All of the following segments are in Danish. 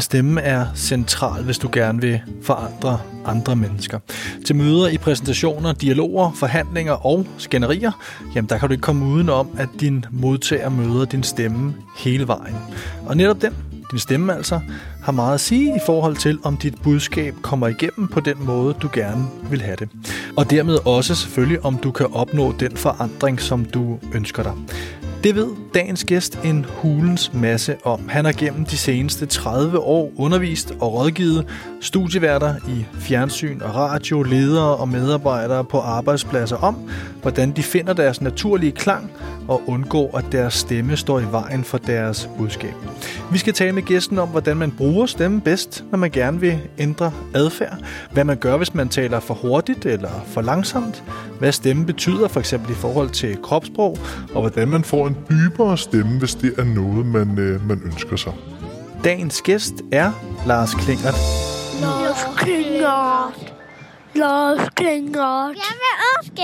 stemme er central, hvis du gerne vil forandre andre mennesker. Til møder i præsentationer, dialoger, forhandlinger og skænderier, jamen der kan du ikke komme udenom, at din modtager møder din stemme hele vejen. Og netop den, din stemme altså, har meget at sige i forhold til, om dit budskab kommer igennem på den måde, du gerne vil have det. Og dermed også selvfølgelig, om du kan opnå den forandring, som du ønsker dig. Det ved dagens gæst en hulens masse om. Han har gennem de seneste 30 år undervist og rådgivet studieværter i fjernsyn og radio, ledere og medarbejdere på arbejdspladser om, hvordan de finder deres naturlige klang og undgår, at deres stemme står i vejen for deres budskab. Vi skal tale med gæsten om, hvordan man bruger stemmen bedst, når man gerne vil ændre adfærd. Hvad man gør, hvis man taler for hurtigt eller for langsomt. Hvad stemmen betyder, for eksempel i forhold til kropssprog. Og hvordan man får en dybere stemme, hvis det er noget, man ønsker sig. Dagens gæst er Lars Klingert. Lars Klingert. Lars Klingert. Jeg vil også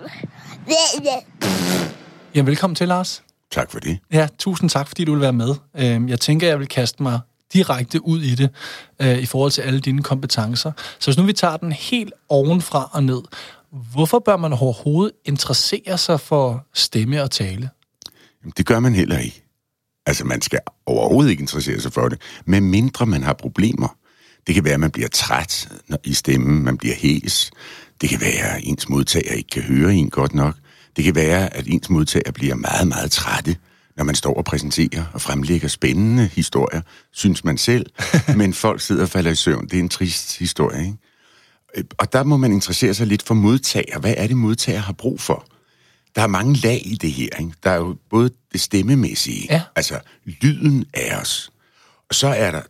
gerne. Ja, velkommen til, Lars. Tak for det. Ja, tusind tak, fordi du vil være med. Jeg tænker, jeg vil kaste mig direkte ud i det, i forhold til alle dine kompetencer. Så hvis nu vi tager den helt ovenfra og ned, hvorfor bør man overhovedet interessere sig for stemme og tale? Jamen, det gør man heller ikke. Altså, man skal overhovedet ikke interessere sig for det, medmindre man har problemer. Det kan være, at man bliver træt i stemmen, man bliver hæs. Det kan være, at ens modtager ikke kan høre en godt nok. Det kan være, at ens modtager bliver meget, meget trætte, når man står og præsenterer og fremlægger spændende historier, synes man selv, men folk sidder og falder i søvn. Det er en trist historie, ikke? Og der må man interessere sig lidt for modtager. Hvad er det, modtager har brug for? Der er mange lag i det her, ikke? Der er jo både det stemmemæssige, altså lyden af os, og så er der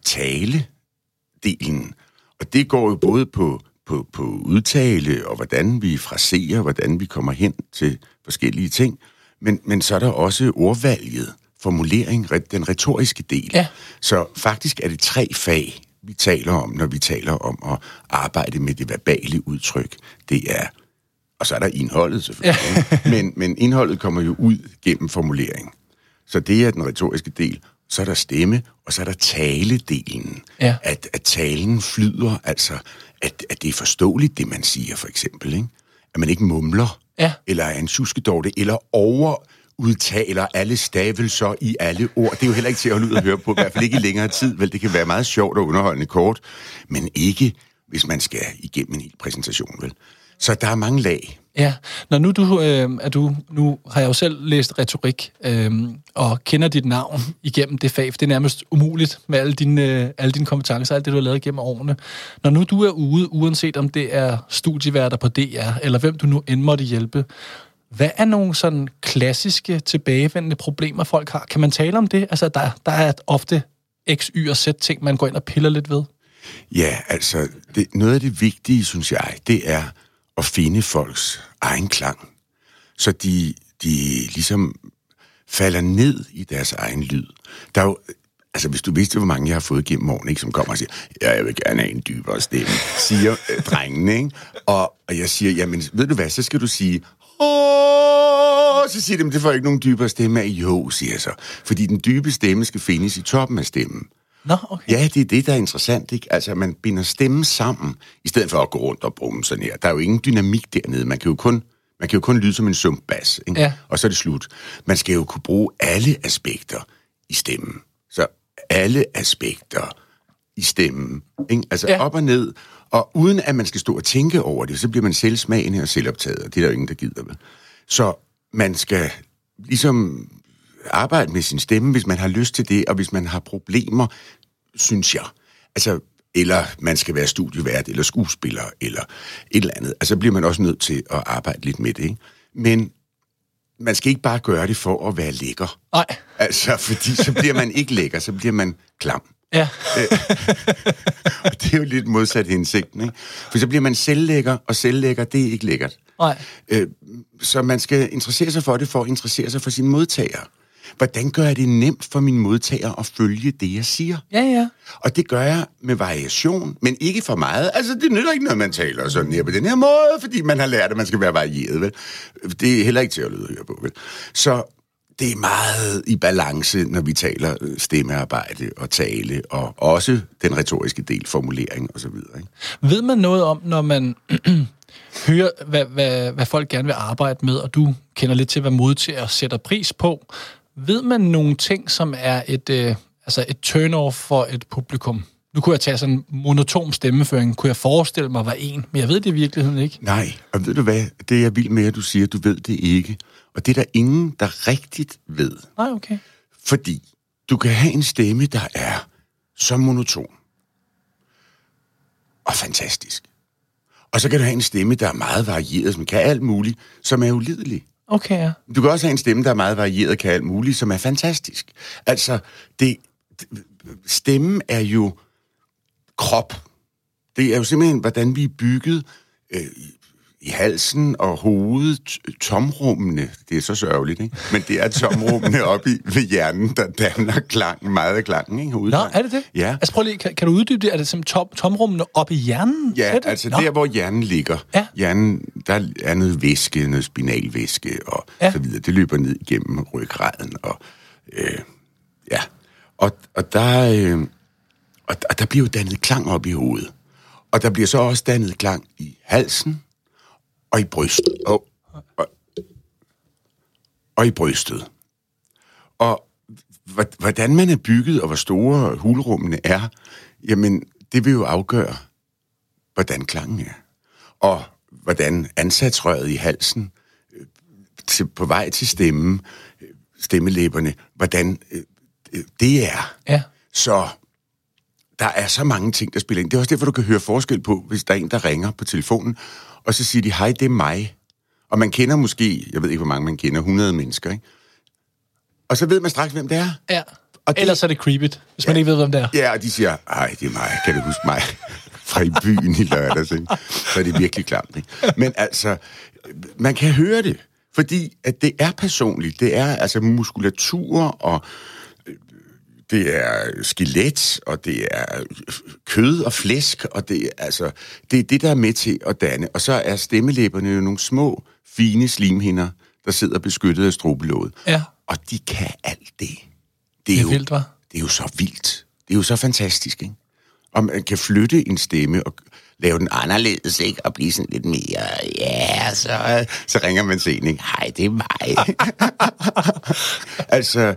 taledelen, og det går jo både på udtale, og hvordan vi fraserer, hvordan vi kommer hen til forskellige ting, men så er der også ordvalget, formulering, den retoriske del. Ja. Så faktisk er det 3 fag, vi taler om, når vi taler om at arbejde med det verbale udtryk. Det er, og så er der indholdet selvfølgelig, men indholdet kommer jo ud gennem formulering. Så det er den retoriske del. Så er der stemme, og så er der taledelen. Ja. At talen flyder, altså at det er forståeligt, det man siger, for eksempel. Ikke? At man ikke mumler, eller er en suskedorte, eller overudtaler alle stavelser i alle ord. Det er jo heller ikke til at holde ud og høre på, i hvert fald ikke i længere tid. Vel, det kan være meget sjovt og underholdende kort, men ikke, hvis man skal igennem en hel præsentation, vel. Så der er mange lag. Ja, når nu har jeg jo selv læst retorik, og kender dit navn igennem det fag, for det er nærmest umuligt med alle dine kompetencer, alt det, du har lavet igennem årene. Når nu du er ude, uanset om det er studieværter på DR, eller hvem du nu end måtte hjælpe, hvad er nogle sådan klassiske, tilbagevendende problemer, folk har? Kan man tale om det? Altså, der er ofte X, Y og Z ting, man går ind og piller lidt ved. Ja, altså, noget af det vigtige, synes jeg, det er at finde folks egen klang, så de ligesom falder ned i deres egen lyd. Der er jo, altså hvis du vidste, hvor mange jeg har fået gennem årene, ikke, som kommer og siger, jeg vil gerne have en dybere stemme, siger drengene, ikke? Og jeg siger, jamen ved du hvad, så skal du sige, så siger de, det får ikke nogen dybere stemme af. Jo, siger jeg så, fordi den dybe stemme skal findes i toppen af stemmen. Nå, okay. Ja, det er det, der er interessant, ikke? Altså, man binder stemmen sammen, i stedet for at gå rundt og brumme sådan her. Der er jo ingen dynamik dernede. Man kan jo kun lyde som en sumpbas, ikke? Ja. Og så er det slut. Man skal jo kunne bruge alle aspekter i stemmen. Så alle aspekter i stemmen, ikke? Altså op og ned, og uden at man skal stå og tænke over det, så bliver man selvsmagende og selvoptaget, og det er der jo ingen, der gider vel. Så man skal ligesom arbejde med sin stemme, hvis man har lyst til det, og hvis man har problemer, synes jeg. Altså, eller man skal være studievært, eller skuespiller, eller et eller andet. Altså, bliver man også nødt til at arbejde lidt med det, ikke? Men man skal ikke bare gøre det for at være lækker. Nej. Altså, fordi så bliver man ikke lækker, så bliver man klam. Ja. Og det er jo lidt modsat hensigten, ikke? For så bliver man selvlækker, og selvlækker, det er ikke lækkert. Nej. Så man skal interessere sig for det, for at interessere sig for sine modtagere. Hvordan gør jeg det nemt for mine modtagere at følge det, jeg siger? Ja. Og det gør jeg med variation, men ikke for meget. Altså, det nytter ikke noget, man taler sådan her på den her måde, fordi man har lært, at man skal være varieret, vel? Det er heller ikke til at lyde høre på, vel? Så det er meget i balance, når vi taler stemmearbejde og tale, og også den retoriske del, formulering osv. Ved man noget om, når man hører, hvad folk gerne vil arbejde med, og du kender lidt til, hvad modtager sætter pris på, ved man nogle ting, som er et turn-off for et publikum? Nu kunne jeg tage sådan en monoton stemmeføring, kunne jeg forestille mig var en, men jeg ved det i virkeligheden ikke. Nej, og ved du hvad, det er vildt med, at du siger, at du ved det ikke. Og det er der ingen, der rigtigt ved. Nej, okay. Fordi du kan have en stemme, der er så monoton og fantastisk. Og så kan du have en stemme, der er meget varieret, som kan alt muligt, som er ulidelig. Okay, ja. Du kan også have en stemme, der er meget varieret, kan alt muligt, som er fantastisk. Altså, stemmen er jo krop. Det er jo simpelthen, hvordan vi er bygget i halsen og hovedet, tomrummene. Det er så sørgeligt, ikke? Men det er tomrummene oppe ved hjernen, der danner klang, meget af klangen, ikke? Nå, er det det? Ja. Altså prøv lige, kan du uddybe det? Er det simpelthen tomrummene oppe i hjernen? Ja, altså der, hvor hjernen ligger. Ja. Hjernen, der er noget væske, noget spinalvæske og så videre. Det løber ned igennem ryggraden og ja. Og der bliver jo dannet klang op i hovedet. Og der bliver så også dannet klang i halsen og i brystet. Og i brystet. Og hvordan man er bygget, og hvor store hulrummene er, jamen, det vil jo afgøre, hvordan klangen er. Og hvordan ansatsrøret i halsen, på vej til stemmelæberne, hvordan det er. Ja. Så der er så mange ting, der spiller ind. Det er også derfor, du kan høre forskel på, hvis der er en, der ringer på telefonen, og så siger de, hej, det er mig. Og man kender måske, jeg ved ikke, hvor mange man kender, 100 mennesker, ikke? Og så ved man straks, hvem det er. Ja, og ellers er det creepy, hvis man ikke ved, hvem det er. Ja, og de siger, hej, det er mig, kan du huske mig? Fra i byen i lørdags, ikke? Så er det virkelig klamt, ikke? Men altså, man kan høre det, fordi at det er personligt. Det er altså muskulatur, og det er skelet, og det er kød og flæsk, og det er det, der er med til at danne. Og så er stemmelæberne jo nogle små, fine slimhinder, der sidder beskyttet af strubelåget. Ja. Og de kan alt det. Det er jo vildt, hva'? Det er jo så vildt. Det er jo så fantastisk, ikke? Og man kan flytte en stemme og lave den anderledes, ikke? Og blive sådan lidt mere, ja, så ringer man til en, ikke? Hej, det er mig. Altså,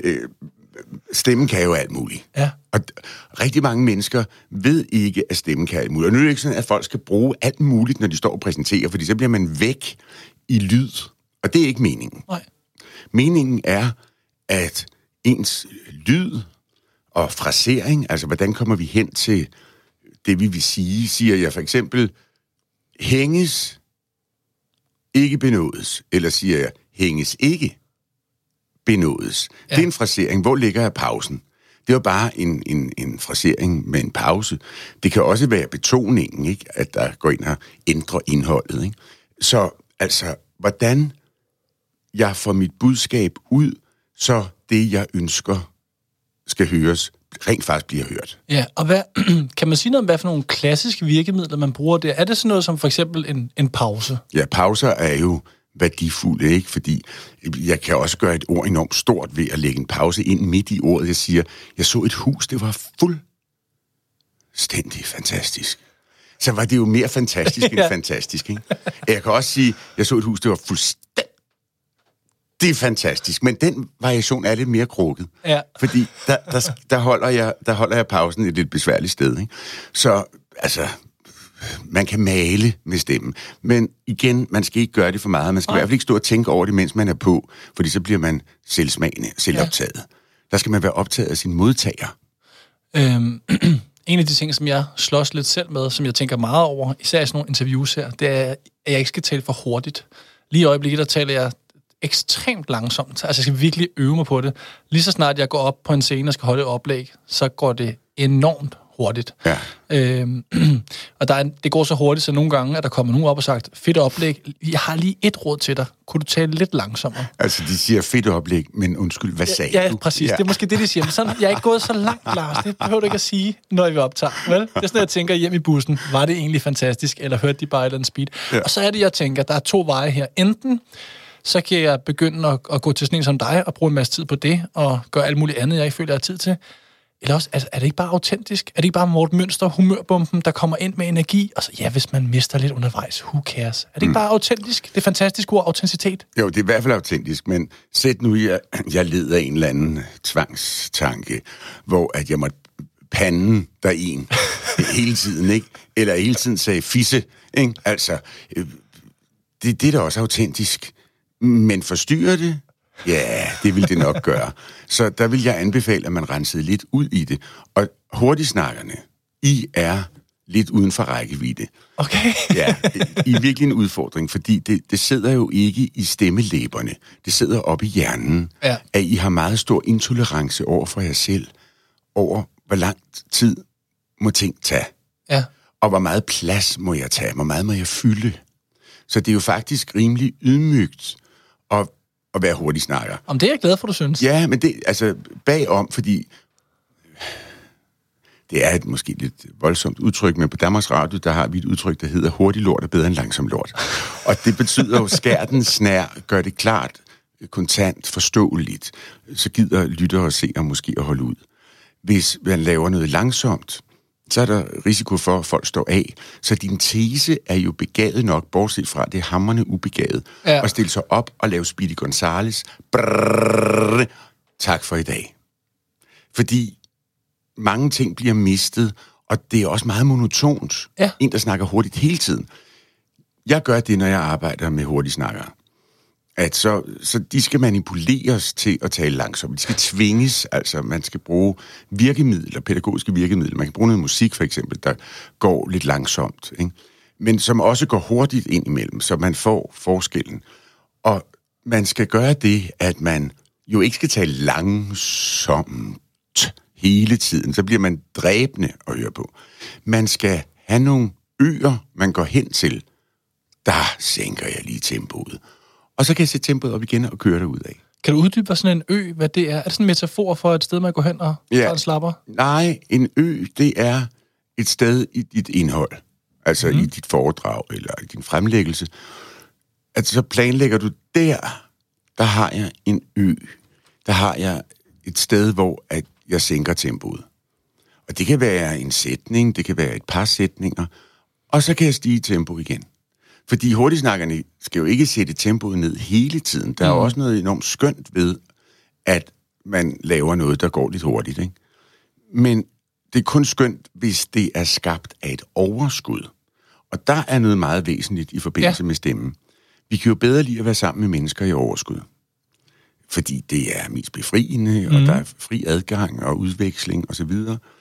stemmen kan jo alt muligt. Ja. Og rigtig mange mennesker ved ikke, at stemmen kan alt muligt. Og nu er det ikke sådan, at folk skal bruge alt muligt, når de står og præsenterer, fordi så bliver man væk i lyd. Og det er ikke meningen. Nej. Meningen er, at ens lyd og frasering, altså hvordan kommer vi hen til det, vi vil sige, siger jeg for eksempel, hænges, ikke benådes, eller siger jeg, hænges ikke, benådes. Ja. Det er en frasering. Hvor ligger jeg pausen? Det er bare en frasering med en pause. Det kan også være betoningen, ikke? At der går ind og ændrer indholdet. Ikke? Så altså, hvordan jeg får mit budskab ud, så det, jeg ønsker, skal høres, rent faktisk bliver hørt. Ja, og kan man sige noget om, hvad for nogle klassiske virkemidler, man bruger der? Er det sådan noget som for eksempel en pause? Ja, pauser er jo værdifulde, ikke? Fordi jeg kan også gøre et ord enormt stort ved at lægge en pause ind midt i ordet. Jeg siger, jeg så et hus, det var fuldstændig fantastisk. Så var det jo mere fantastisk end fantastisk, ikke? Jeg kan også sige, jeg så et hus, det var fuldstændig fantastisk, men den variation er lidt mere krukket. Ja. Fordi der holder jeg pausen et lidt besværligt sted, ikke? Så, altså, man kan male med stemmen. Men igen, man skal ikke gøre det for meget. Man skal i hvert fald ikke stå og tænke over det, mens man er på, fordi så bliver man selvsmagende, selvoptaget. Ja. Der skal man være optaget af sin modtager. En af de ting, som jeg slås lidt selv med, som jeg tænker meget over, især i sådan nogle interviews her, det er, at jeg ikke skal tale for hurtigt. Lige i øjeblikket, der taler jeg ekstremt langsomt. Altså, jeg skal virkelig øve mig på det. Lige så snart jeg går op på en scene og skal holde et oplæg, så går det enormt hurtigt. Ja. Og det går så hurtigt, så nogle gange, at der kommer nogen op og sagt, fedt oplæg, jeg har lige et råd til dig. Kunne du tale lidt langsommere? Altså, de siger fedt oplæg, men undskyld, hvad sagde du? Ja, præcis. Ja. Det er måske det, de siger. Men sådan, jeg er ikke gået så langt, Lars. Det behøver du ikke at sige, når vi optager. Vel? Det er sådan, jeg tænker hjem i bussen. Var det egentlig fantastisk, eller hørte de bare et eller andet speed? Ja. Og så er det, jeg tænker, der er 2 veje her. Enten så kan jeg begynde at gå til sådan en som dig og bruge en masse tid på det, og gøre alt muligt andet, jeg ikke føler, jeg har tid til. Eller også, altså, er det ikke bare autentisk? Er det ikke bare Morten Mønster, humørbomben, der kommer ind med energi? Og så, ja, hvis man mister lidt undervejs, who cares? Er det ikke bare autentisk? Det fantastiske ord, autenticitet. Jo, det er i hvert fald autentisk, men sæt nu, jeg led af en eller anden tvangstanke, hvor at jeg måtte pande der en hele tiden, ikke? Eller hele tiden sagde fisse, ikke? Altså, det er da også autentisk. Men forstyrrer det? Ja, det vil det nok gøre. Så der vil jeg anbefale, at man rensede lidt ud i det. Og hurtigsnakkerne, I er lidt uden for rækkevidde. Okay. Ja, I er virkelig en udfordring, fordi det sidder jo ikke i stemmelæberne. Det sidder oppe i hjernen, at I har meget stor intolerance over for jer selv, over hvor lang tid må ting tage. Ja. Og hvor meget plads må jeg tage, hvor meget må jeg fylde. Så det er jo faktisk rimelig ydmygt at være hurtigsnakker. Om det er jeg glad for, du synes. Ja, men det, altså bagom, fordi det er et måske lidt voldsomt udtryk, men på Danmarks Radio, der har vi et udtryk, der hedder hurtig lort er bedre end langsom lort. Og det betyder jo skærten snær, gør det klart, kontant, forståeligt, så gider lyttere og seere måske at holde ud. Hvis man laver noget langsomt, så er der risiko for, at folk står af. Så din tese er jo begavet nok, bortset fra det hamrende ubegavet, at stille sig op og lave Speedy Gonzales. Brrr, tak for i dag. Fordi mange ting bliver mistet, og det er også meget monotont. Ja. En, der snakker hurtigt hele tiden. Jeg gør det, når jeg arbejder med hurtigsnakkere. At så de skal manipuleres til at tale langsomt. De skal tvinges, altså man skal bruge virkemidler, pædagogiske virkemidler. Man kan bruge noget musik for eksempel, der går lidt langsomt, ikke? Men som også går hurtigt ind imellem, så man får forskellen. Og man skal gøre det, at man jo ikke skal tale langsomt hele tiden. Så bliver man dræbende at høre på. Man skal have nogle øer, man går hen til. Der sænker jeg lige tempoet. Og så kan jeg sætte tempoet op igen og køre derud af. Kan du uddybe sådan en ø, hvad det er? Er det sådan en metafor for et sted, man går hen og tager en slapper? Nej, en ø, det er et sted i dit indhold. Altså i dit foredrag eller i din fremlæggelse. Altså så planlægger du der har jeg en ø. Der har jeg et sted, hvor at jeg sænker tempoet. Og det kan være en sætning, det kan være et par sætninger, og så kan jeg stige tempo igen. Fordi hurtigsnakkerne skal jo ikke sætte tempoet ned hele tiden. Der er jo også noget enormt skønt ved, at man laver noget, der går lidt hurtigt, ikke? Men det er kun skønt, hvis det er skabt af et overskud. Og der er noget meget væsentligt i forbindelse med stemmen. Vi kan jo bedre lide at være sammen med mennesker i overskud. Fordi det er mest befriende, og der er fri adgang og udveksling osv.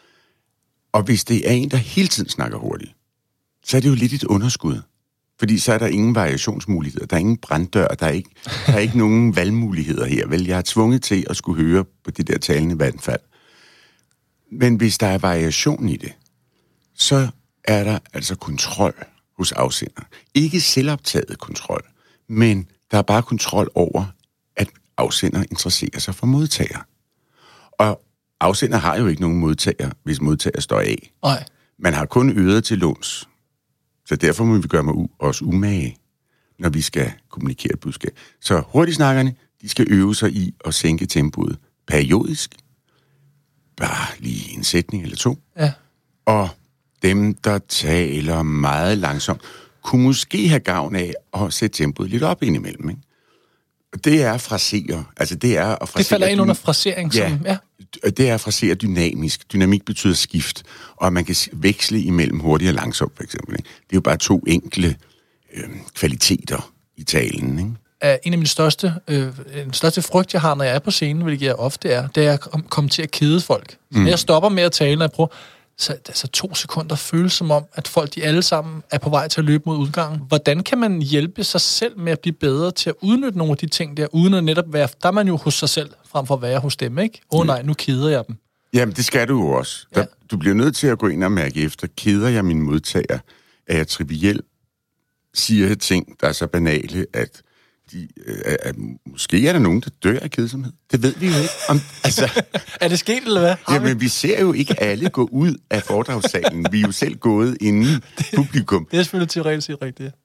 Og hvis det er en, der hele tiden snakker hurtigt, så er det jo lidt et underskud. Fordi så er der ingen variationsmuligheder, der er ingen branddør, der er ikke nogen valgmuligheder her. Vel, jeg er tvunget til at skulle høre på det der talende vandfald. Men hvis der er variation i det, så er der altså kontrol hos afsender. Ikke selvoptaget kontrol, men der er bare kontrol over, at afsender interesserer sig for modtager. Og afsender har jo ikke nogen modtager, hvis modtager står af. Nej. Man har kun øret til låns. Så derfor må vi gøre os umage, når vi skal kommunikere et budskab. Så hurtigsnakkerne, de skal øve sig i at sænke tempoet periodisk. Bare lige en sætning eller to. Ja. Og dem, der taler meget langsomt, kunne måske have gavn af at sætte tempoet lidt op indimellem, ikke? Og det er frasere. Altså det er at frasere. Det falder ind under frasering. Det er at frasere dynamisk. Dynamik betyder skift, og man kan veksle imellem hurtigt og langsomt, for eksempel, ikke? Det er jo bare to enkle kvaliteter i talen, ikke? En af mine største frygt, jeg har, når jeg er på scenen, hvilket jeg ofte er, det er at komme til at kede folk. Så når jeg stopper med at tale, når jeg prøver, så 2 sekunder føles som om, at folk de alle sammen er på vej til at løbe mod udgangen. Hvordan kan man hjælpe sig selv med at blive bedre til at udnytte nogle af de ting der, uden at netop være... Der er man jo hos sig selv, frem for at være hos dem, ikke? Nej, nu keder jeg dem. Jamen, det skal du jo også. Du bliver nødt til at gå ind og mærke efter, keder jeg mine modtager? Er jeg trivielt? Siger jeg ting, der er så banale, at måske er der nogen, der dør af kedsomhed. Det ved vi jo ikke. Er det sket, eller hvad? Jamen, vi ser jo ikke alle gå ud af foredragssalen. Vi er jo selv gået inden publikum. Det er selvfølgelig teoretisk rigtigt.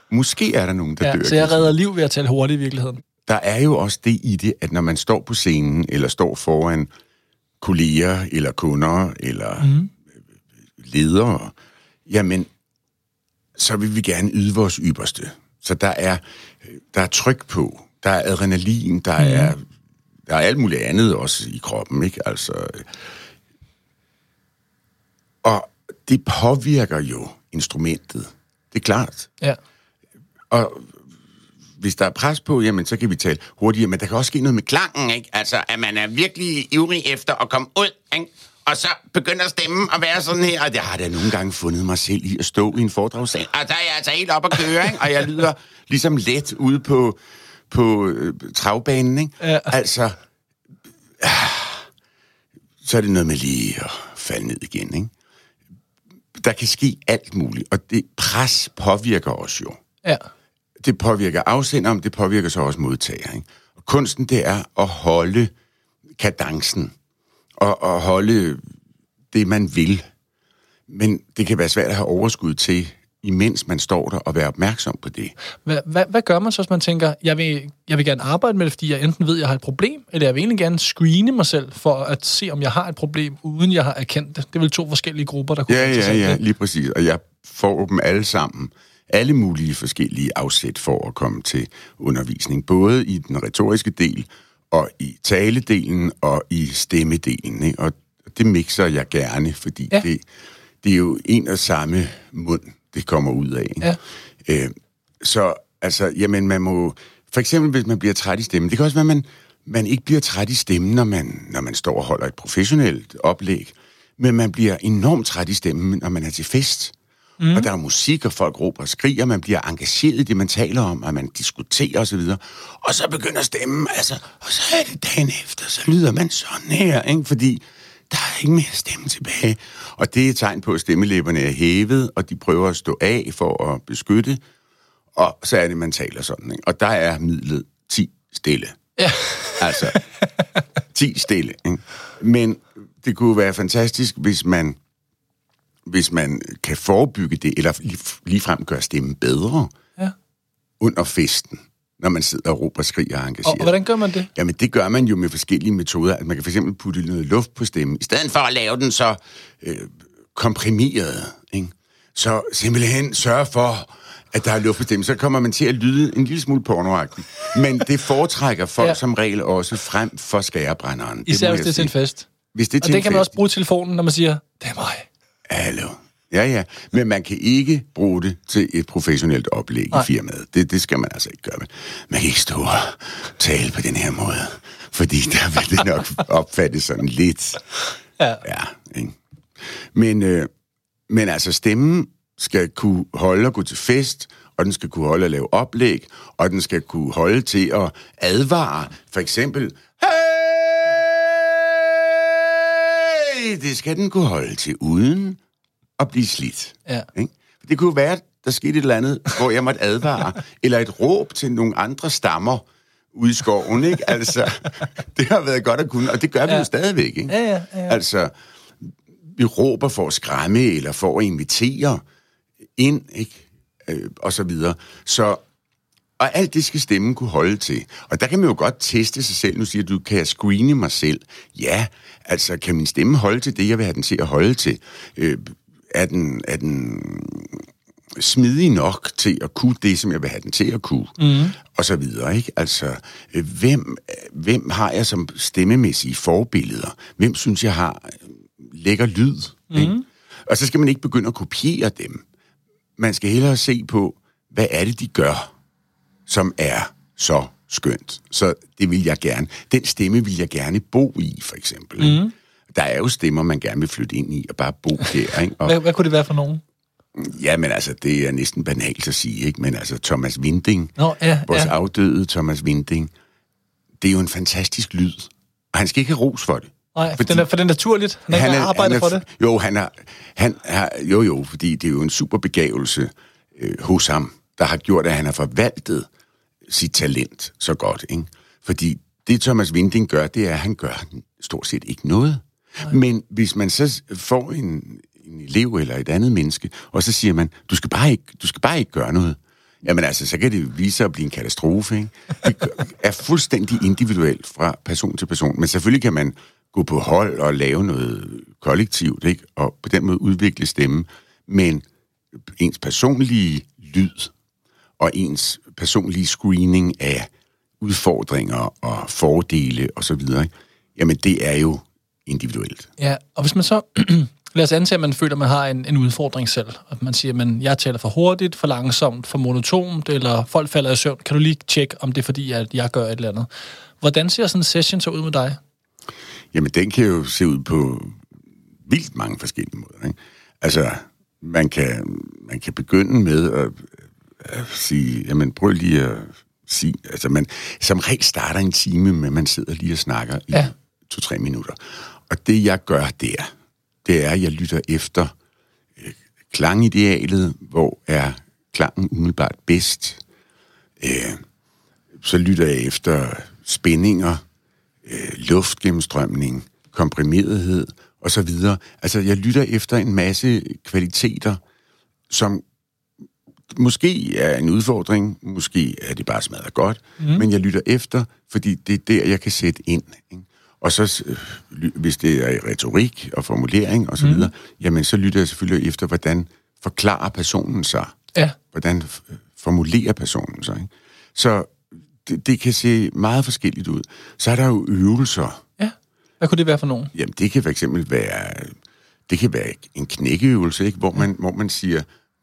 Måske er der nogen, der dør. Så jeg redder liv ved at tale hurtigt i virkeligheden. Der er jo også det i det, at når man står på scenen, eller står foran kolleger, eller kunder, eller ledere, jamen, så vil vi gerne yde vores ypperste. Så der er tryk på, der er adrenalin, der er alt muligt andet også i kroppen, ikke? Altså, og det påvirker jo instrumentet. Det er klart. Ja. Og hvis der er pres på, jamen, så kan vi tale hurtigere, men der kan også ske noget med klangen, ikke? Altså, at man er virkelig ivrig efter at komme ud, ikke? Og så begynder stemmen at være sådan her, og jeg har da nogle gange fundet mig selv i at stå i en foredragssal, og der er jeg altså helt op at køre, ikke? Og jeg lyder ligesom let ude på travbanen, ikke? Ja. Altså, så er det noget med lige at falde ned igen, ikke? Der kan ske alt muligt, og det pres påvirker os jo. Ja. Det påvirker afsenderen, det påvirker så også modtager, ikke? Og kunsten, det er at holde kadencen, og holde det, man vil. Men det kan være svært at have overskud til, imens man står der, og være opmærksom på det. Hvad gør man så, hvis man tænker, jeg vil gerne arbejde med det, fordi jeg enten ved, at jeg har et problem, eller jeg vil egentlig gerne screene mig selv, for at se, om jeg har et problem, uden jeg har erkendt det? Det er vel 2 forskellige grupper, der kunne Ja, lige præcis. Og jeg får dem alle sammen. Alle mulige forskellige afsæt for at komme til undervisning. Både i den retoriske del, og i taledelen, og i stemmedelen. Ikke? Og det mixer jeg gerne, fordi det er jo en og samme mund, det kommer ud af. Ikke? Ja. Så altså, jamen man må... For eksempel, hvis man bliver træt i stemmen. Det kan også være, at man ikke bliver træt i stemmen, når man står og holder et professionelt oplæg. Men man bliver enormt træt i stemmen, når man er til fest. Og der er musik, og folk råber og skriger, man bliver engageret i det, man taler om, og man diskuterer osv. Og så begynder stemmen, altså, og så er det dagen efter, så lyder man sådan her, ikke? Fordi der er ikke mere stemme tilbage. Og det er et tegn på, at stemmelæberne er hævet, og de prøver at stå af for at beskytte, og så er det, man taler sådan, ikke? Og der er midlet 10 stille. Ja. Altså, 10 stille, ikke? Men det kunne være fantastisk, hvis man kan forebygge det, eller ligefrem gøre stemmen bedre under festen, når man sidder og råber, skriger og engagerer. Og hvordan gør man det? Jamen, det gør man jo med forskellige metoder. At man kan for eksempel putte noget luft på stemmen, i stedet for at lave den så komprimeret, ikke? Så simpelthen sørge for, at der er luft på stemmen, så kommer man til at lyde en lille smule pornoagtigt. Men det foretrækker folk som regel også frem for skærebrænderen. Især hvis det er til en fest. Hvis det er og det kan man også bruge telefonen, når man siger, det er mig. Hallo. Ja. Men man kan ikke bruge det til et professionelt oplæg i firmaet. Det skal man altså ikke gøre. Man kan ikke stå og tale på den her måde, fordi der vil det nok opfattes sådan lidt. Ja, ikke? Men altså, stemmen skal kunne holde at gå til fest, og den skal kunne holde at lave oplæg, og den skal kunne holde til at advare. For eksempel, hey! Det skal den kunne holde til uden at blive slidt. Ja. Ikke? Det kunne være, der skete et eller andet, hvor jeg måtte advare, eller et råb til nogle andre stammer ude i skoven, ikke? Altså, det har været godt at kunne, og det gør vi jo stadigvæk, ikke? Ja. Altså, vi råber for at skræmme, eller for at invitere ind, ikke? Og så videre. Så, og alt det skal stemmen kunne holde til. Og der kan man jo godt teste sig selv. Nu siger du, kan jeg screene mig selv? Ja, altså, kan min stemme holde til det, jeg vil have den til at holde til? Er den smidig nok til at kunne det, som jeg vil have den til at kunne? Og så videre, ikke? Altså, hvem har jeg som stemmemæssige forbilleder? Hvem synes jeg har lækker lyd? Ikke? Og så skal man ikke begynde at kopiere dem. Man skal hellere se på, hvad er det, de gør, som er så skønt. Så det vil jeg gerne. Den stemme vil jeg gerne bo i, for eksempel. Der er jo stemmer, man gerne vil flytte ind i, og bare bo der, ikke? Og, hvad kunne det være for nogen? Ja, men altså, det er næsten banalt at sige, ikke? Men altså, Thomas Winding, vores afdøde Thomas Winding, det er jo en fantastisk lyd. Og han skal ikke have ros for det. Nej, for den er naturligt. Han har ikke arbejdet for det. Jo, fordi det er jo en super begævelse hos ham, der har gjort, at han har forvaltet sit talent så godt, ikke? Fordi det Thomas Winding gør, det er, at han gør stort set ikke noget. Nej. Men hvis man så får en elev eller et andet menneske, og så siger man, du skal bare ikke gøre noget, Jamen altså, så kan det vise sig at blive en katastrofe, ikke? Det er fuldstændig individuelt fra person til person. Men selvfølgelig kan man gå på hold og lave noget kollektivt, ikke? Og på den måde udvikle stemme. Men ens personlige lyd og ens personlige screening af udfordringer og fordele og så videre, ikke? Jamen det er jo individuelt. Ja, og hvis man så... Lad os antage, at man føler, at man har en udfordring selv. At man siger, at jeg taler for hurtigt, for langsomt, for monotont, eller folk falder i søvn. Kan du lige tjekke, om det er fordi, at jeg gør et eller andet? Hvordan ser sådan en session så ud med dig? Jamen, den kan jo se ud på vildt mange forskellige måder, ikke? Altså, man kan begynde med at sige, jamen prøv lige at sige, altså man som regel starter en time med, man sidder lige og snakker i 2-3 minutter. Og det jeg gør det er, at jeg lytter efter klangidealet, hvor er klangen umiddelbart bedst. Så lytter jeg efter spændinger, luftgennemstrømning, komprimerethed og så videre. Altså, jeg lytter efter en masse kvaliteter, som måske er en udfordring, måske er det bare smadret godt, men jeg lytter efter, fordi det er der, jeg kan sætte ind, ikke? Og så, hvis det er i retorik og formulering og så videre, jamen så lytter jeg selvfølgelig efter, hvordan forklarer personen sig. Ja. Hvordan formulerer personen sig, ikke? Så det kan se meget forskelligt ud. Så er der jo øvelser. Ja. Hvad kunne det være for nogen? Jamen, det kan for eksempel være en knækkeøvelse, ikke? Hvor man siger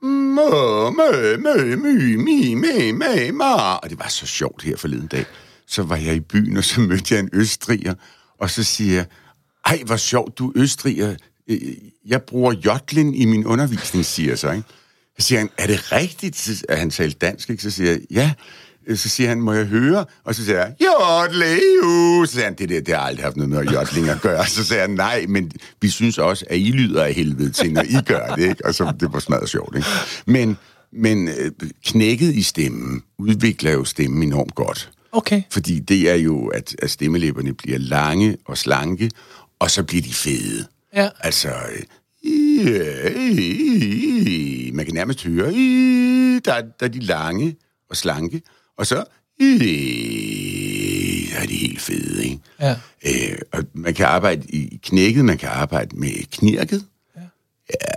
og det var så sjovt her forleden dag. Så var jeg i byen, og så mødte jeg en østriger, og så siger jeg, ej, hvor sjovt, du østriger. Jeg bruger jodlen i min undervisning, siger jeg så, ikke? Så siger han, er det rigtigt? At han talte dansk, ikke? Så siger jeg, ja. Så siger han, må jeg høre? Og så siger jeg, jodleju. Så siger han, det har aldrig haft noget med jodling at gøre. Så siger han, nej, men vi synes også, at I lyder af helvede til, når I gør det, ikke? Og så det var smadret sjovt, ikke? Men knækket i stemmen udvikler jo stemmen enormt godt. Okay. Fordi det er jo, at stemmelæberne bliver lange og slanke, og så bliver de fede. Ja. Altså, man kan nærmest høre, der er de lange og slanke, og så er de helt fede, ikke? Ja. Og man kan arbejde i knækket, man kan arbejde med knirket. Ja.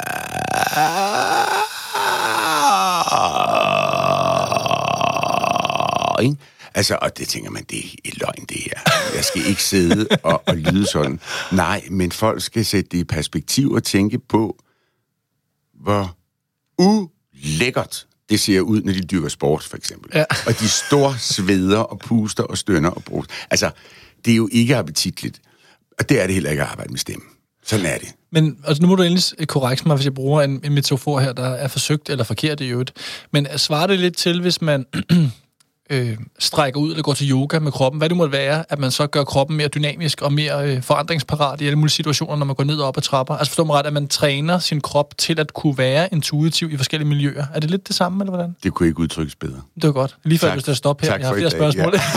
Ikke? Altså, og det tænker man, det er løgn, det her. Jeg skal ikke sidde og lyde sådan. Nej, men folk skal sætte det i perspektiv og tænke på, hvor ulækkert det ser ud, når de dyrker sport, for eksempel. Ja. Og de står sveder og puster og stønner og bruger. Altså, det er jo ikke appetitligt. Og det er det heller ikke at arbejde med stemme. Sådan er det. Men altså, nu må du endelig korrekte mig, hvis jeg bruger en metafor her, der er forsøgt eller forkert i øvrigt. Men svarer det lidt til, hvis man strækker ud eller går til yoga med kroppen, hvad det måtte være, at man så gør kroppen mere dynamisk og mere forandringsparat i alle mulige situationer, når man går ned og op ad trapper? Altså forstår man ret, at man træner sin krop til at kunne være intuitiv i forskellige miljøer. Er det lidt det samme, eller hvordan? Det kunne ikke udtrykkes bedre. Det var godt. Lige før, hvis der stopper her. Jeg har flere spørgsmål. Ja.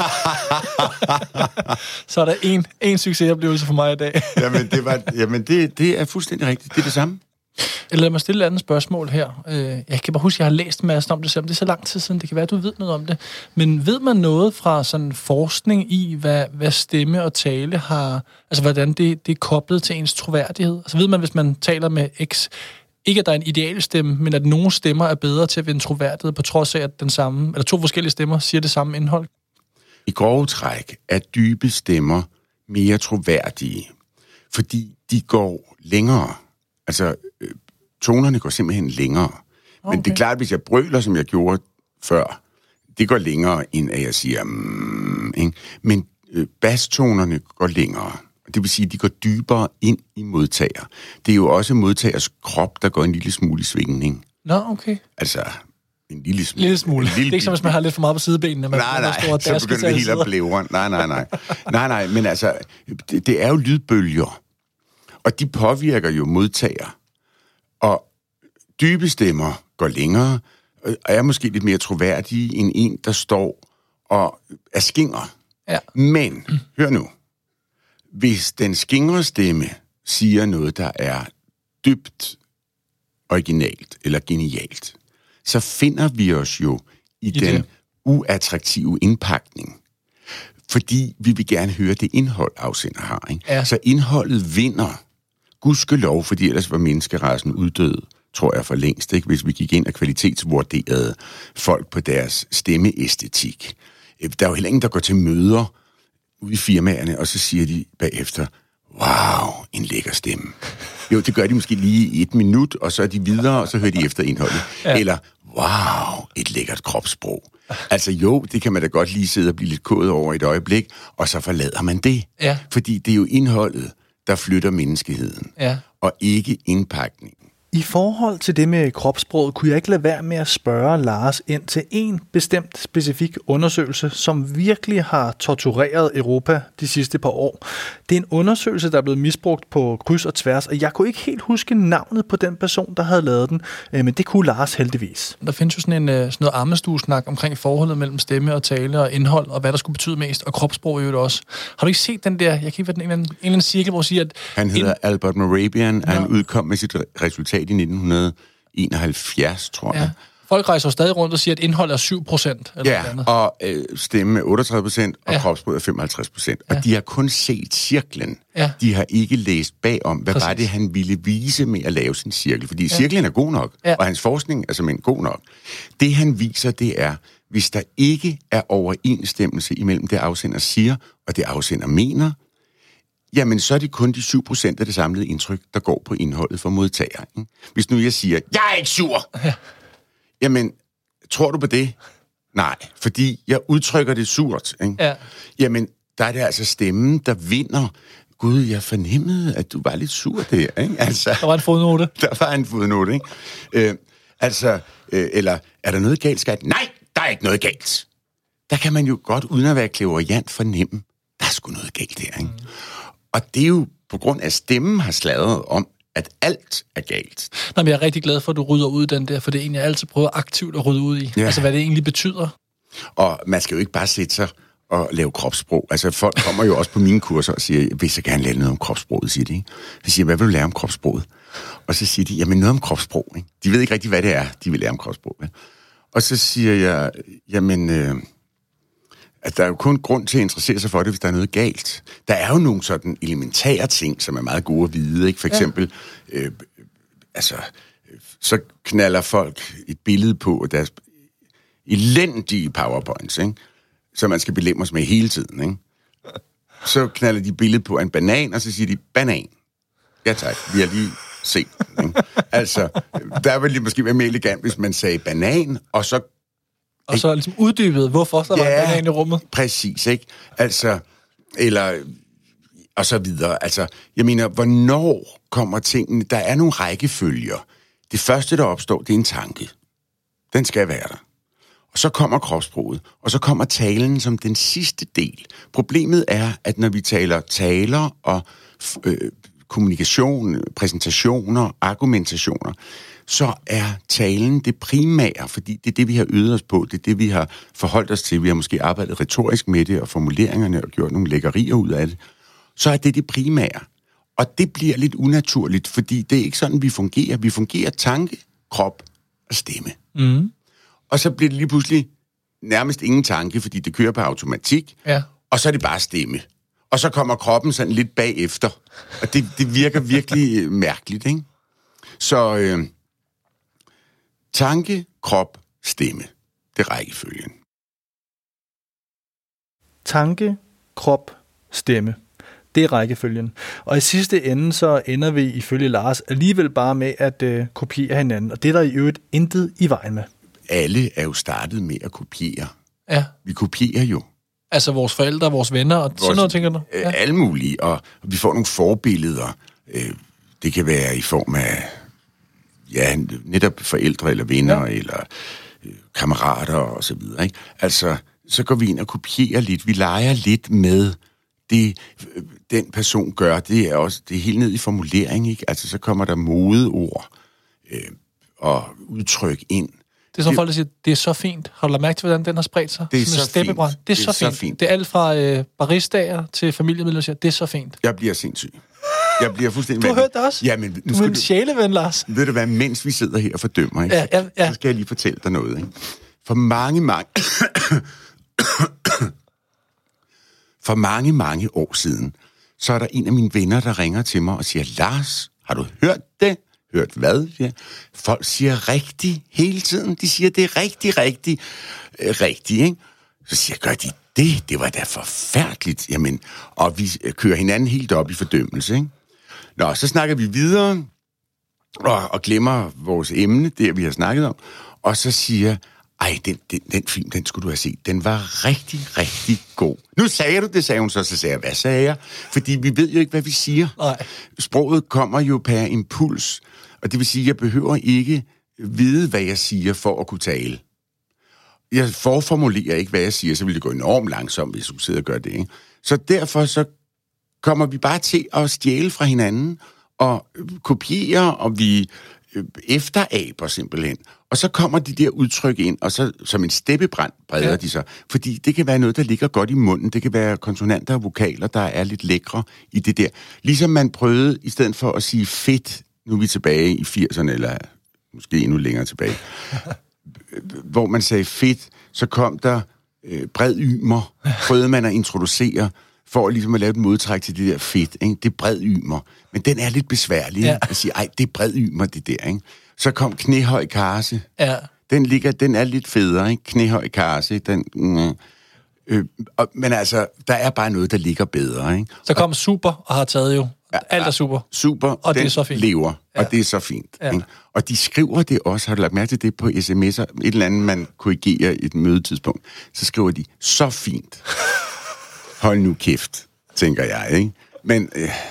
Så er der en succesoplevelse for mig i dag. det er fuldstændig rigtigt. Det er det samme. Eller lad mig stille et andet spørgsmål her. Jeg kan bare huske, at jeg har læst masser om det, selvom det er så lang tid siden. Det kan være, at du ved noget om det. Men ved man noget fra sådan forskning i, hvad stemme og tale har... Altså, hvordan det er koblet til ens troværdighed? Altså, ved man, hvis man taler med X... Ikke, at der er en ideal stemme, men at nogle stemmer er bedre til at vinde troværdighed, på trods af, at den samme... Eller to forskellige stemmer siger det samme indhold? I grove træk er dybe stemmer mere troværdige, fordi de går længere. Altså... Tonerne går simpelthen længere. Okay. Men det er klart, hvis jeg brøler, som jeg gjorde før, det går længere, end at jeg siger ikke? Men bastonerne går længere. Det vil sige, at de går dybere ind i modtager. Det er jo også modtagers krop, der går en lille smule i svingning. Nå, okay. Altså, en lille smule. Lille smule. Det er ikke som, hvis man har lidt for meget på sidebenene. Nej, så begynder det hele at blævre. Nej, men altså, det er jo lydbølger. Og de påvirker jo modtager. Og dybe stemmer går længere, og er måske lidt mere troværdige end en, der står og er skinger. Ja. Men, hør nu, hvis den skingre stemme siger noget, der er dybt originalt eller genialt, så finder vi os jo i den uattraktive indpakning. Fordi vi vil gerne høre det indhold, afsender har. Ikke? Ja. Så indholdet vinder. Gudskelov, fordi ellers var menneskerassen uddød, tror jeg for længst, ikke? Hvis vi gik ind og kvalitetsvurderede folk på deres stemmeæstetik. Der er jo heller ingen, der går til møder ude i firmaerne, og så siger de bagefter, wow, en lækker stemme. Jo, det gør de måske lige i 1 minut, og så er de videre, og så hører de efter indholdet. Ja. Eller, wow, et lækkert kropssprog. Altså jo, det kan man da godt lige sidde og blive lidt kået over et øjeblik, og så forlader man det. Ja. Fordi det er jo indholdet, der flytter menneskeheden, og ikke indpakningen. I forhold til det med kropssproget, kunne jeg ikke lade være med at spørge Lars ind til en bestemt specifik undersøgelse, som virkelig har tortureret Europa de sidste par år. Det er en undersøgelse, der er blevet misbrugt på kryds og tværs, og jeg kunne ikke helt huske navnet på den person, der havde lavet den, men det kunne Lars heldigvis. Der findes jo sådan noget ammestuesnak omkring forholdet mellem stemme og tale og indhold, og hvad der skulle betyde mest, og kropssprog i øvrigt også. Har du ikke set den der, jeg kan ikke være den en eller anden cirkel, hvor siger, at... Han hedder Albert Morabian, og han udkom med sit resultat i 1971, tror jeg. Folk rejser stadig rundt og siger, at indhold er 7%. Eller andet. Og stemme er 38%, og kropssprog er 55%. Og de har kun set cirklen. Ja. De har ikke læst bagom, hvad var det, han ville vise med at lave sin cirkel. Fordi cirklen er god nok, og hans forskning er simpelthen god nok. Det, han viser, det er, hvis der ikke er overensstemmelse imellem det, afsender siger, og det, afsender mener, jamen så er det kun de 7% af det samlede indtryk, der går på indholdet for modtager. Ikke? Hvis nu jeg siger, jeg er ikke sur, jamen, tror du på det? Nej, fordi jeg udtrykker det surt. Ikke? Ja. Jamen, der er det altså stemmen, der vinder. Gud, jeg fornemmede, at du var lidt sur der. Ikke? Altså, der var en fodnote. Der var en fodnote, ikke? Eller, er der noget galt, skat? Nej, der er ikke noget galt. Der kan man jo godt, uden at være clairvoyant, fornemme, der er sgu noget galt der, ikke? Og det er jo på grund af, at stemmen har sladret om, at alt er galt. Nå, men jeg er rigtig glad for, at du rydder ud den der, for det er egentlig, jeg altid prøver aktivt at rydde ud i. Ja. Altså, hvad det egentlig betyder. Og man skal jo ikke bare sætte sig og lave kropssprog. Altså, folk kommer jo også på mine kurser og siger, jeg vil så gerne lære noget om kropssproget, siger de. Ikke? Så siger hvad vil du lære om kropssproget? Og så siger de, jamen noget om kropssprog. Ikke? De ved ikke rigtig, hvad det er, de vil lære om kropssprog. Ikke? Og så siger jeg, jamen... at der er jo kun grund til at interessere sig for det, hvis der er noget galt. Der er jo nogle sådan elementære ting, som er meget gode at vide. Ikke? For eksempel, så knalder folk et billede på deres elendige PowerPoints, ikke? Så man skal belemres med hele tiden. Ikke? Så knalder de billedet på en banan, og så siger de, banan. Ja tak, vi har lige set den. Ikke? Altså, der ville det måske være mere elegant, hvis man sagde banan, og så ligesom uddybet, hvorfor der var en banan i rummet. Præcis, ikke? Altså, eller, og så videre. Altså, jeg mener, hvornår kommer tingene? Der er nogle rækkefølger. Det første, der opstår, det er en tanke. Den skal være der. Og så kommer kropssproget, og så kommer talen som den sidste del. Problemet er, at når vi taler og kommunikation, præsentationer, argumentationer, så er talen det primære, fordi det er det, vi har øvet os på, det er det, vi har forholdt os til. Vi har måske arbejdet retorisk med det, og formuleringerne, og gjort nogle lækkerier ud af det. Så er det primære. Og det bliver lidt unaturligt, fordi det er ikke sådan, vi fungerer. Vi fungerer tanke, krop og stemme. Mm. Og så bliver det lige pludselig nærmest ingen tanke, fordi det kører på automatik, og så er det bare stemme. Og så kommer kroppen sådan lidt bagefter. Og det virker virkelig mærkeligt, ikke? Så tanke, krop, stemme. Det er rækkefølgen. Tanke, krop, stemme. Det er rækkefølgen. Og i sidste ende, så ender vi ifølge Lars alligevel bare med at kopiere hinanden. Og det er der i øvrigt intet i vejen med. Alle er jo startet med at kopiere. Ja. Vi kopierer jo. Altså vores forældre, vores venner og sådan noget, tænker du? Ja. Alle mulige, og vi får nogle forbilleder. Det kan være i form af netop forældre eller venner eller kammerater og så videre. Ikke? Altså, så går vi ind og kopierer lidt. Vi leger lidt med det, den person gør. Det er helt ned i formulering, ikke? Altså, så kommer der modeord og udtryk ind. Det er sådan folk, der siger, det er så fint. Har du lagt mærke til, hvordan den har spredt sig? Det er så fint. Det er så fint. Det er alt fra baristaer til familiemedlemmer, der siger, det er så fint. Jeg bliver sindssyg. Jeg bliver fuldstændig... Du har hørt det også? Ja, men du er en sjæleven, Lars. Ved du hvad, mens vi sidder her og fordømmer, ikke? Ja. Så skal jeg lige fortælle dig noget, ikke? For mange år siden, så er der en af mine venner, der ringer til mig og siger, Lars, har du hørt det? Hørt hvad? Ja. Folk siger rigtig hele tiden. De siger, det er rigtig, ikke? Så siger jeg, gør de det? Det var da forfærdeligt. Jamen, og vi kører hinanden helt op i fordømmelse, ikke? Nå, så snakker vi videre og glemmer vores emne, det vi har snakket om, og så siger den film, den skulle du have set. Den var rigtig god. Nu sagde du det, sagde hun så sagde jeg, hvad sagde jeg? Fordi vi ved jo ikke, hvad vi siger. Nej. Sproget kommer jo per impuls, og det vil sige, at jeg behøver ikke vide, hvad jeg siger, for at kunne tale. Jeg forformulerer ikke, hvad jeg siger, så vil det gå enormt langsomt, hvis du sidder og gør det, ikke? Så derfor så kommer vi bare til at stjæle fra hinanden, og kopiere, og vi efteraber simpelthen. Og så kommer de der udtryk ind, og så som en steppebrand breder de sig. Fordi det kan være noget, der ligger godt i munden. Det kan være konsonanter og vokaler, der er lidt lækre i det der. Ligesom man prøvede, i stedet for at sige fedt, nu er vi tilbage i 80'erne, eller måske endnu længere tilbage, hvor man sagde fedt, så kom der bred ymer, prøvede man at introducere, for ligesom at lave et modtræk til det der fedt, ikke? Det er bred ymer. Men den er lidt besværlig, ikke? At sige, det er bred ymer, det der, ikke? Så kom knæhøj karse. Ja. Den er lidt federe, ikke? Knæhøj karse, men altså, der er bare noget, der ligger bedre, ikke? Så kom super og har taget jo. Alt er super. Super, og det er så fint. Lever, og det er så fint. Ja. Ikke? Og de skriver det også, har du lagt mærke til det på sms'er, et eller andet, man korrigerer i et mødetidspunkt, så skriver de, så fint. Hold nu kæft, tænker jeg, ikke? Men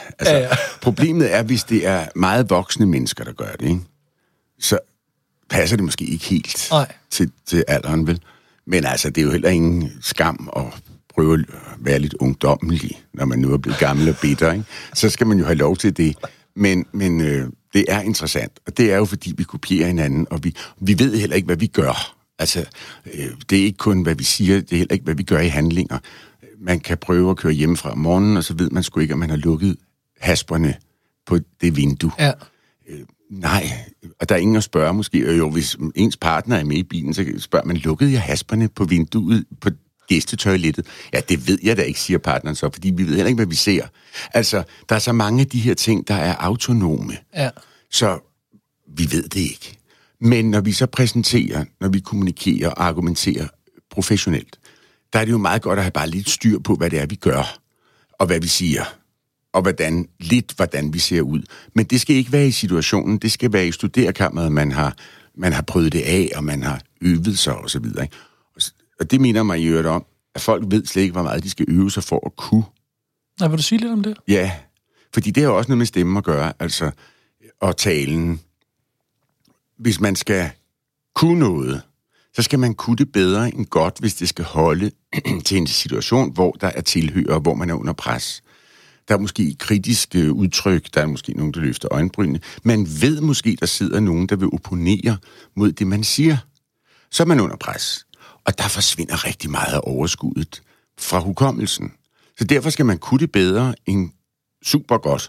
problemet er, hvis det er meget voksne mennesker, der gør det, ikke? Så passer det måske ikke helt til alderen, vel? Men altså, det er jo heller ingen skam at prøve at være lidt ungdommelig, når man nu er blevet gammel og bitter, ikke? Så skal man jo have lov til det. Men det er interessant, og det er jo, fordi vi kopierer hinanden, og vi ved heller ikke, hvad vi gør. Altså, det er ikke kun, hvad vi siger, det er heller ikke, hvad vi gør i handlinger. Man kan prøve at køre hjemmefra om morgenen, og så ved man sgu ikke, om man har lukket hasperne på det vindue. Ja. Nej, og der er ingen at spørge måske. Jo, hvis ens partner er med i bilen, så spørger man, lukkede jeg hasperne på vinduet på gæstetoilettet? Ja, det ved jeg da ikke, siger partneren så, fordi vi ved heller ikke, hvad vi ser. Altså, der er så mange af de her ting, der er autonome. Ja. Så vi ved det ikke. Men når vi så præsenterer, når vi kommunikerer og argumenterer professionelt, der er det jo meget godt at have bare lidt styr på, hvad det er, vi gør, og hvad vi siger, og hvordan vi ser ud. Men det skal ikke være i situationen, det skal være i studerekammeret, man har prøvet det af, og man har øvet sig, og så videre. Ikke? Og det mener mig i øvrigt om, at folk ved slet ikke, hvor meget de skal øve sig for at kunne. Nej, vil du sige lidt om det? Ja, fordi det har også noget med stemme at gøre, altså, og talen. Hvis man skal kunne noget, så skal man kunne det bedre end godt, hvis det skal holde til en situation, hvor der er tilhører, hvor man er under pres. Der er måske kritiske udtryk, der er måske nogen, der løfter øjenbrynene. Man ved måske, der sidder nogen, der vil opponere mod det, man siger. Så er man under pres. Og der forsvinder rigtig meget af overskuddet fra hukommelsen. Så derfor skal man kunne det bedre end super godt,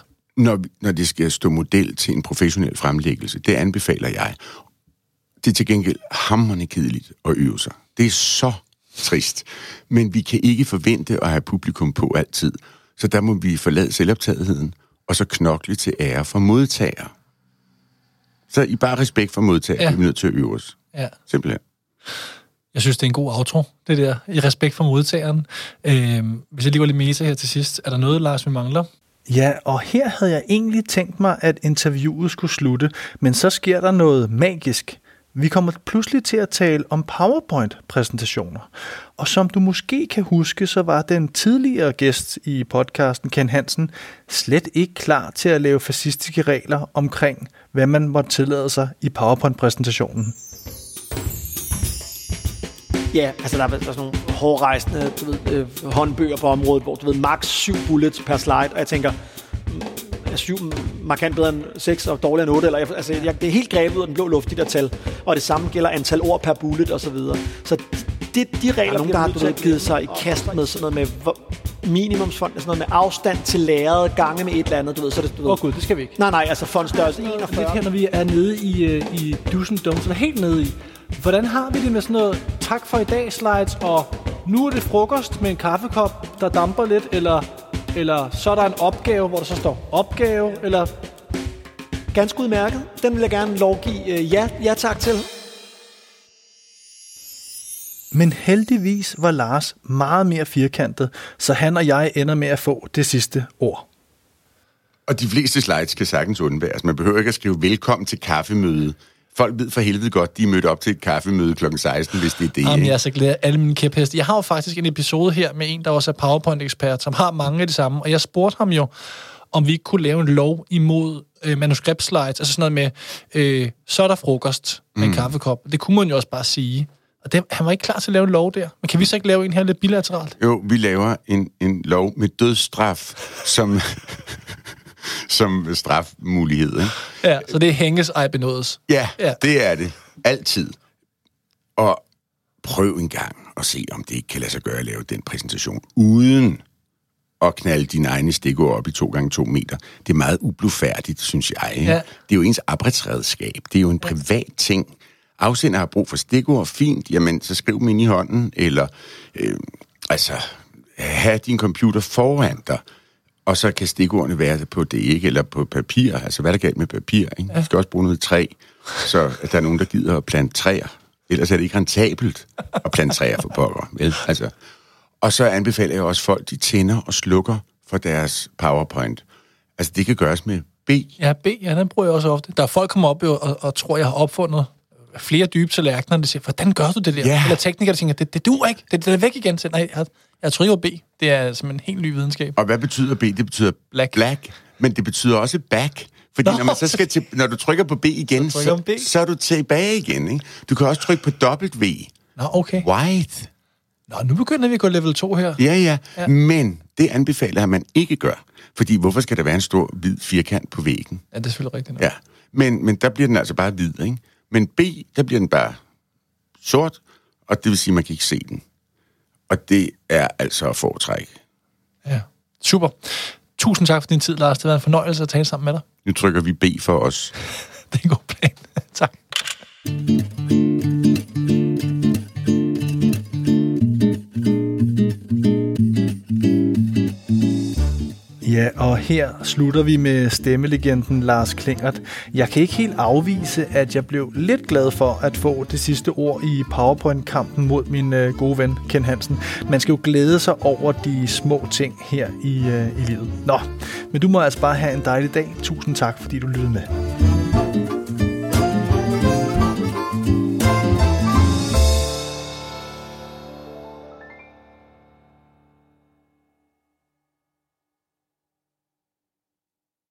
når det skal stå model til en professionel fremlæggelse. Det anbefaler jeg. Det er til gengæld hamrende kedeligt at øve sig. Det er så trist. Men vi kan ikke forvente at have publikum på altid. Så der må vi forlade selvoptagetheden, og så knokle til ære for modtager. Så i bare respekt for modtager, er vi nødt til at øve os. Ja. Simpelthen. Jeg synes, det er en god outro, det der, i respekt for modtageren. Hvis jeg lige går lidt meta her til sidst, er der noget, Lars, vi mangler? Ja, og her havde jeg egentlig tænkt mig, at interviewet skulle slutte, men så sker der noget magisk. Vi kommer pludselig til at tale om PowerPoint-præsentationer. Og som du måske kan huske, så var den tidligere gæst i podcasten, Ken Hansen, slet ikke klar til at lave fascistiske regler omkring, hvad man måtte tillade sig i PowerPoint-præsentationen. Ja, altså der er sådan nogle hårdrejsende håndbøger på området, hvor du ved max 7 bullets per slide, og jeg tænker, 7 markant bedre end 6 og dårligere end 8, eller, det er helt grebet ud af den blå luft, de der tal, og det samme gælder antal ord per bullet og så videre. Så de regler, nogen, der har givet sig i kast med sådan noget med, minimumsfont, sådan noget med afstand til lærret, gange med et eller andet, du ved. Så det, du ved. Gud, det skal vi ikke. Nej, altså fondstørrelse 41. Lidt her, når vi er nede i do's and don'ts, eller helt nede i. Hvordan har vi det med sådan noget, tak for i dag slides, og nu er det frokost med en kaffekop, der damper lidt, eller så er der en opgave, hvor der så står opgave, eller... Ganske udmærket. Den vil jeg gerne lovgive ja tak til. Men heldigvis var Lars meget mere firkantet, så han og jeg ender med at få det sidste ord. Og de fleste slides kan sagtens undværes. Man behøver ikke at skrive velkommen til kaffemøde. Folk ved for helvede godt, de er mødt op til et kaffemøde kl. 16, hvis det er det. Jamen, jeg er så glad af alle mine kæpheste. Jeg har jo faktisk en episode her med en, der også er PowerPoint-ekspert, som har mange af de samme. Og jeg spurgte ham jo, om vi ikke kunne lave en lov imod manuskriptslides. Altså sådan noget med, så er der frokost med en kaffekop. Det kunne man jo også bare sige. Og han var ikke klar til at lave en lov der. Men kan vi så ikke lave en her lidt bilateralt? Jo, vi laver en lov med dødsstraf som strafmulighed. Ikke? Ja, så det er hænges ej benådes. Ja, det er det. Altid. Og prøv en gang at se, om det ikke kan lade sig gøre at lave den præsentation, uden at knalde dine egne stikord op i 2x2 meter. Det er meget ublufærdigt, synes jeg. Ikke? Ja. Det er jo ens arbejdsredskab. Det er jo en privat ting. Afsender har brug for stikord, fint, jamen, så skriv dem ind i hånden, eller have din computer foran dig, og så kan stikordene være på det, ikke? Eller på papir. Altså, hvad er der galt med papir? Ikke? Du skal også bruge noget træ, så der er nogen, der gider at plante træer. Ellers er det ikke rentabelt at plante træer for pokker. Vel? Altså. Og så anbefaler jeg også folk, de tænder og slukker for deres PowerPoint. Altså, det kan gøres med B. Ja, B, den bruger jeg også ofte. Der er folk, der kommer op og tror, jeg har opfundet flere dybe tallerkener, der siger, hvordan gør du det der? Yeah. Eller teknikere, der tænker, det duer ikke. Det er væk igen. Så, nej, jeg tror ikke, B. Det er simpelthen en helt ny videnskab. Og hvad betyder B? Det betyder black. Men det betyder også back. Fordi når man så skal når du trykker på B igen, så er du tilbage igen. Ikke? Du kan også trykke på W. Nå, okay. White. Nå, nu begynder vi at gå level 2 her. Ja. Men det anbefaler at man ikke gør. Fordi hvorfor skal der være en stor hvid firkant på væggen? Ja, det er selvfølgelig rigtigt. Ja, men der bliver den altså bare hvid, ikke? Men B, der bliver den bare sort, og det vil sige, at man kan ikke se den. Og det er altså at foretrække. Ja, super. Tusind tak for din tid, Lars. Det har været en fornøjelse at tale sammen med dig. Nu trykker vi B for os. Det er en god plan. Tak. Ja, og her slutter vi med stemmelegenden Lars Klingert. Jeg kan ikke helt afvise, at jeg blev lidt glad for at få det sidste ord i PowerPoint-kampen mod min gode ven Ken Hansen. Man skal jo glæde sig over de små ting her i livet. Nå, men du må altså bare have en dejlig dag. Tusind tak, fordi du lyttede med.